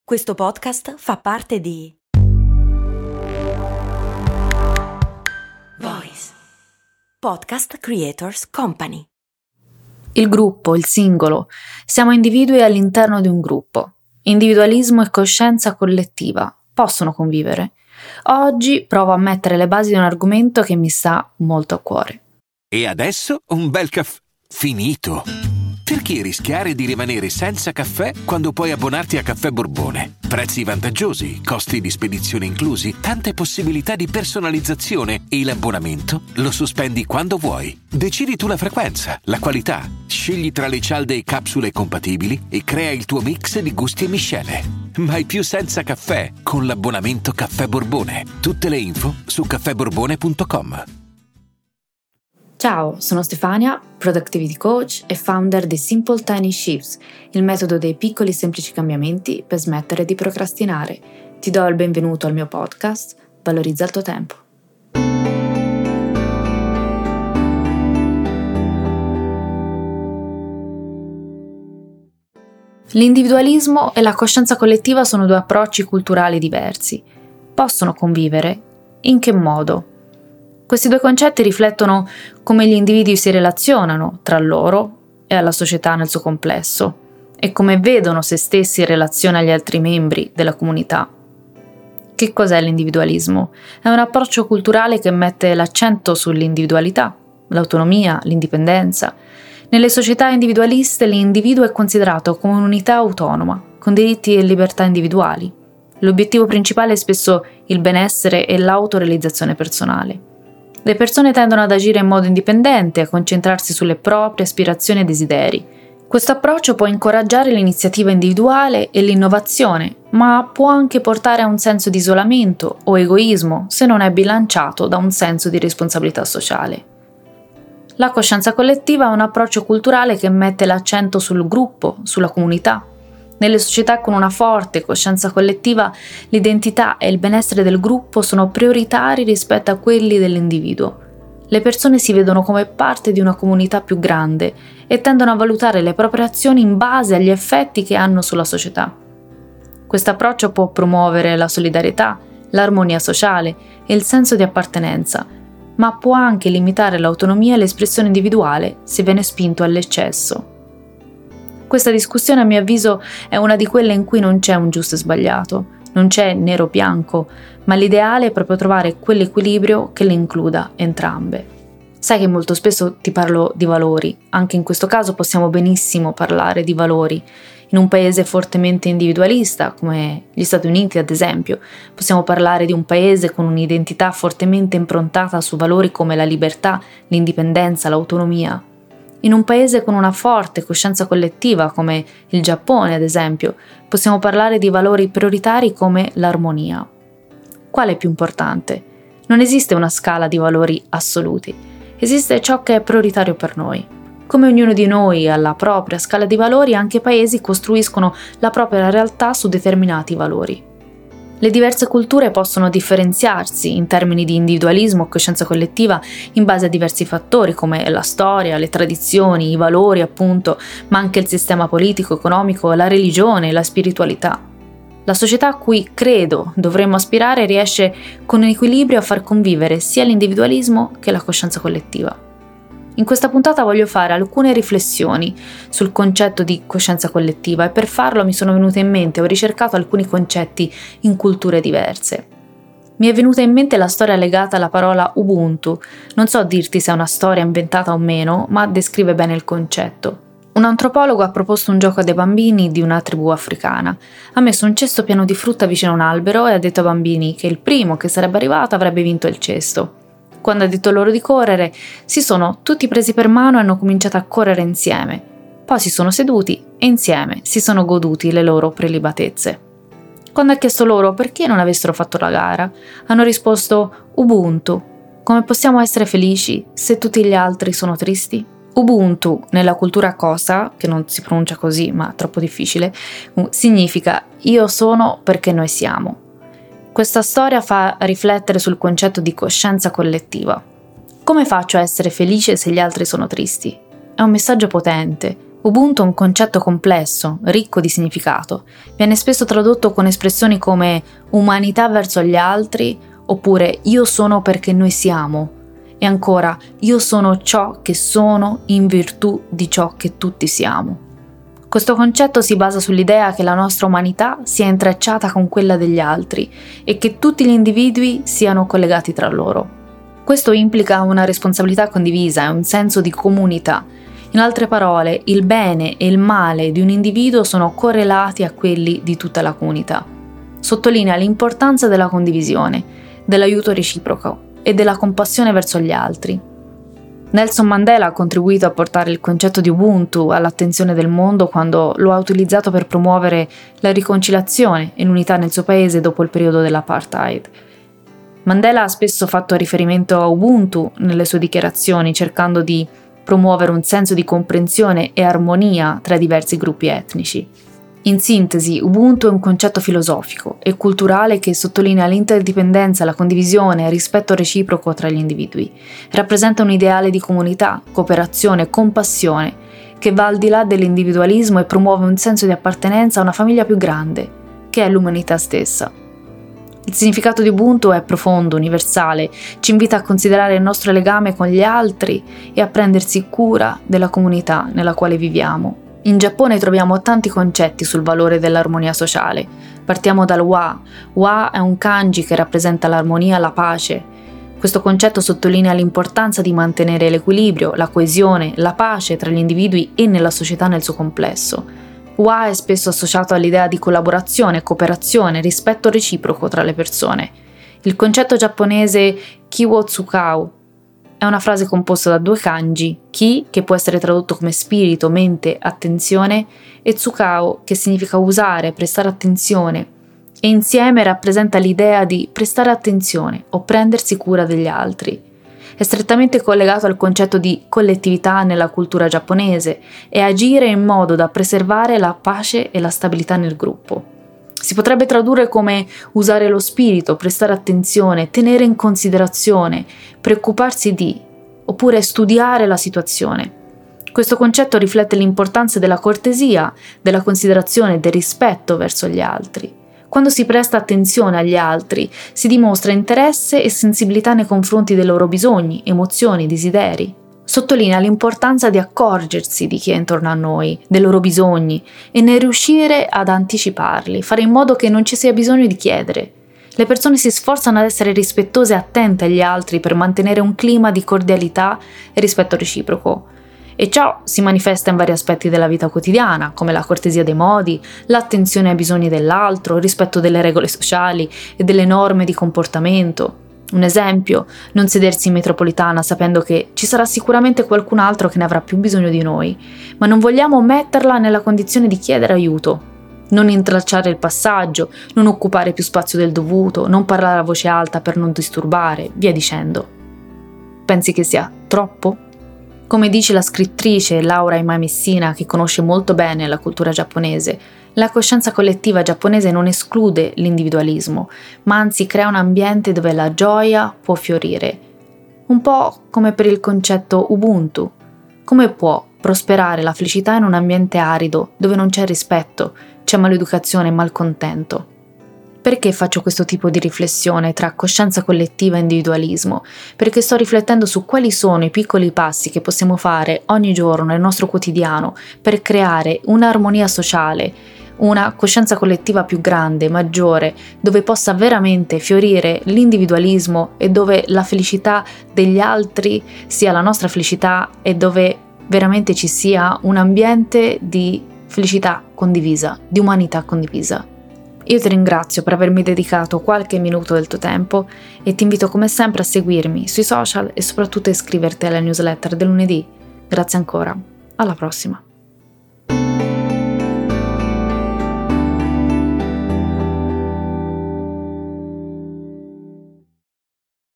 Questo podcast fa parte di Voice Podcast Creators Company. Il gruppo, il singolo, siamo individui all'interno di un gruppo. Individualismo e coscienza collettiva possono convivere. Oggi provo a mettere le basi di un argomento che mi sta molto a cuore. E adesso un bel caffè finito. Perché rischiare di rimanere senza caffè quando puoi abbonarti a Caffè Borbone? Prezzi vantaggiosi, costi di spedizione inclusi, tante possibilità di personalizzazione e l'abbonamento lo sospendi quando vuoi. Decidi tu la frequenza, la qualità, scegli tra le cialde e capsule compatibili e crea il tuo mix di gusti e miscele. Mai più senza caffè con l'abbonamento Caffè Borbone. Tutte le info su caffèborbone.com. Ciao, sono Stefania, Productivity Coach e founder di Simple Tiny Shifts, il metodo dei piccoli semplici cambiamenti per smettere di procrastinare. Ti do il benvenuto al mio podcast, Valorizza il tuo tempo. L'individualismo e la coscienza collettiva sono due approcci culturali diversi. Possono convivere? In che modo? Questi due concetti riflettono come gli individui si relazionano tra loro e alla società nel suo complesso e come vedono se stessi in relazione agli altri membri della comunità. Che cos'è l'individualismo? È un approccio culturale che mette l'accento sull'individualità, l'autonomia, l'indipendenza. Nelle società individualiste l'individuo è considerato come un'unità autonoma, con diritti e libertà individuali. L'obiettivo principale è spesso il benessere e l'autorealizzazione personale. Le persone tendono ad agire in modo indipendente, a concentrarsi sulle proprie aspirazioni e desideri. Questo approccio può incoraggiare l'iniziativa individuale e l'innovazione, ma può anche portare a un senso di isolamento o egoismo se non è bilanciato da un senso di responsabilità sociale. La coscienza collettiva è un approccio culturale che mette l'accento sul gruppo, sulla comunità. Nelle società con una forte coscienza collettiva, l'identità e il benessere del gruppo sono prioritari rispetto a quelli dell'individuo. Le persone si vedono come parte di una comunità più grande e tendono a valutare le proprie azioni in base agli effetti che hanno sulla società. Questo approccio può promuovere la solidarietà, l'armonia sociale e il senso di appartenenza, ma può anche limitare l'autonomia e l'espressione individuale se viene spinto all'eccesso. Questa discussione, a mio avviso, è una di quelle in cui non c'è un giusto e sbagliato, non c'è nero o bianco, ma l'ideale è proprio trovare quell'equilibrio che le includa entrambe. Sai che molto spesso ti parlo di valori, anche in questo caso possiamo benissimo parlare di valori. In un paese fortemente individualista, come gli Stati Uniti ad esempio, possiamo parlare di un paese con un'identità fortemente improntata su valori come la libertà, l'indipendenza, l'autonomia. In un paese con una forte coscienza collettiva, come il Giappone ad esempio, possiamo parlare di valori prioritari come l'armonia. Qual è più importante? Non esiste una scala di valori assoluti, esiste ciò che è prioritario per noi. Come ognuno di noi ha la propria scala di valori, anche i paesi costruiscono la propria realtà su determinati valori. Le diverse culture possono differenziarsi in termini di individualismo o coscienza collettiva in base a diversi fattori come la storia, le tradizioni, i valori appunto, ma anche il sistema politico, economico, la religione, la spiritualità. La società a cui credo dovremmo aspirare riesce con un equilibrio a far convivere sia l'individualismo che la coscienza collettiva. In questa puntata voglio fare alcune riflessioni sul concetto di coscienza collettiva e per farlo mi sono venute in mente, ho ricercato alcuni concetti in culture diverse. Mi è venuta in mente la storia legata alla parola Ubuntu. Non so dirti se è una storia inventata o meno, ma descrive bene il concetto. Un antropologo ha proposto un gioco a dei bambini di una tribù africana. Ha messo un cesto pieno di frutta vicino a un albero e ha detto ai bambini che il primo che sarebbe arrivato avrebbe vinto il cesto. Quando ha detto loro di correre, si sono tutti presi per mano e hanno cominciato a correre insieme. Poi si sono seduti e insieme si sono goduti le loro prelibatezze. Quando ha chiesto loro perché non avessero fatto la gara, hanno risposto Ubuntu. Come possiamo essere felici se tutti gli altri sono tristi? Ubuntu, nella cultura Xhosa, che non si pronuncia così ma è troppo difficile, significa io sono perché noi siamo. Questa storia fa riflettere sul concetto di coscienza collettiva. Come faccio a essere felice se gli altri sono tristi? È un messaggio potente. Ubuntu è un concetto complesso, ricco di significato. Viene spesso tradotto con espressioni come umanità verso gli altri, oppure io sono perché noi siamo, e ancora io sono ciò che sono in virtù di ciò che tutti siamo. Questo concetto si basa sull'idea che la nostra umanità sia intrecciata con quella degli altri e che tutti gli individui siano collegati tra loro. Questo implica una responsabilità condivisa e un senso di comunità. In altre parole, il bene e il male di un individuo sono correlati a quelli di tutta la comunità. Sottolinea l'importanza della condivisione, dell'aiuto reciproco e della compassione verso gli altri. Nelson Mandela ha contribuito a portare il concetto di Ubuntu all'attenzione del mondo quando lo ha utilizzato per promuovere la riconciliazione e l'unità nel suo paese dopo il periodo dell'apartheid. Mandela ha spesso fatto riferimento a Ubuntu nelle sue dichiarazioni, cercando di promuovere un senso di comprensione e armonia tra i diversi gruppi etnici. In sintesi, Ubuntu è un concetto filosofico e culturale che sottolinea l'interdipendenza, la condivisione e il rispetto reciproco tra gli individui. Rappresenta un ideale di comunità, cooperazione e compassione che va al di là dell'individualismo e promuove un senso di appartenenza a una famiglia più grande, che è l'umanità stessa. Il significato di Ubuntu è profondo, universale, ci invita a considerare il nostro legame con gli altri e a prendersi cura della comunità nella quale viviamo. In Giappone troviamo tanti concetti sul valore dell'armonia sociale. Partiamo dal wa. Wa è un kanji che rappresenta l'armonia e la pace. Questo concetto sottolinea l'importanza di mantenere l'equilibrio, la coesione, la pace tra gli individui e nella società nel suo complesso. Wa è spesso associato all'idea di collaborazione, cooperazione, rispetto reciproco tra le persone. Il concetto giapponese ki wo tsukau è una frase composta da due kanji, ki, che può essere tradotto come spirito, mente, attenzione, e tsukau, che significa usare, prestare attenzione, e insieme rappresenta l'idea di prestare attenzione o prendersi cura degli altri. È strettamente collegato al concetto di collettività nella cultura giapponese e agire in modo da preservare la pace e la stabilità nel gruppo. Si potrebbe tradurre come usare lo spirito, prestare attenzione, tenere in considerazione, preoccuparsi di, oppure studiare la situazione. Questo concetto riflette l'importanza della cortesia, della considerazione e del rispetto verso gli altri. Quando si presta attenzione agli altri, si dimostra interesse e sensibilità nei confronti dei loro bisogni, emozioni, desideri. Sottolinea l'importanza di accorgersi di chi è intorno a noi, dei loro bisogni, e nel riuscire ad anticiparli, fare in modo che non ci sia bisogno di chiedere. Le persone si sforzano ad essere rispettose e attente agli altri per mantenere un clima di cordialità e rispetto reciproco. E ciò si manifesta in vari aspetti della vita quotidiana, come la cortesia dei modi, l'attenzione ai bisogni dell'altro, il rispetto delle regole sociali e delle norme di comportamento. Un esempio, non sedersi in metropolitana sapendo che ci sarà sicuramente qualcun altro che ne avrà più bisogno di noi, ma non vogliamo metterla nella condizione di chiedere aiuto. Non intralciare il passaggio, non occupare più spazio del dovuto, non parlare a voce alta per non disturbare, via dicendo. Pensi che sia troppo? Come dice la scrittrice Laura Imai Messina, che conosce molto bene la cultura giapponese, la coscienza collettiva giapponese non esclude l'individualismo, ma anzi crea un ambiente dove la gioia può fiorire. Un po' come per il concetto Ubuntu. Come può prosperare la felicità in un ambiente arido, dove non c'è rispetto, c'è maleducazione e malcontento? Perché faccio questo tipo di riflessione tra coscienza collettiva e individualismo? Perché sto riflettendo su quali sono i piccoli passi che possiamo fare ogni giorno nel nostro quotidiano per creare un'armonia sociale, una coscienza collettiva più grande, maggiore, dove possa veramente fiorire l'individualismo e dove la felicità degli altri sia la nostra felicità e dove veramente ci sia un ambiente di felicità condivisa, di umanità condivisa. Io ti ringrazio per avermi dedicato qualche minuto del tuo tempo e ti invito come sempre a seguirmi sui social e soprattutto a iscriverti alla newsletter del lunedì. Grazie ancora, alla prossima!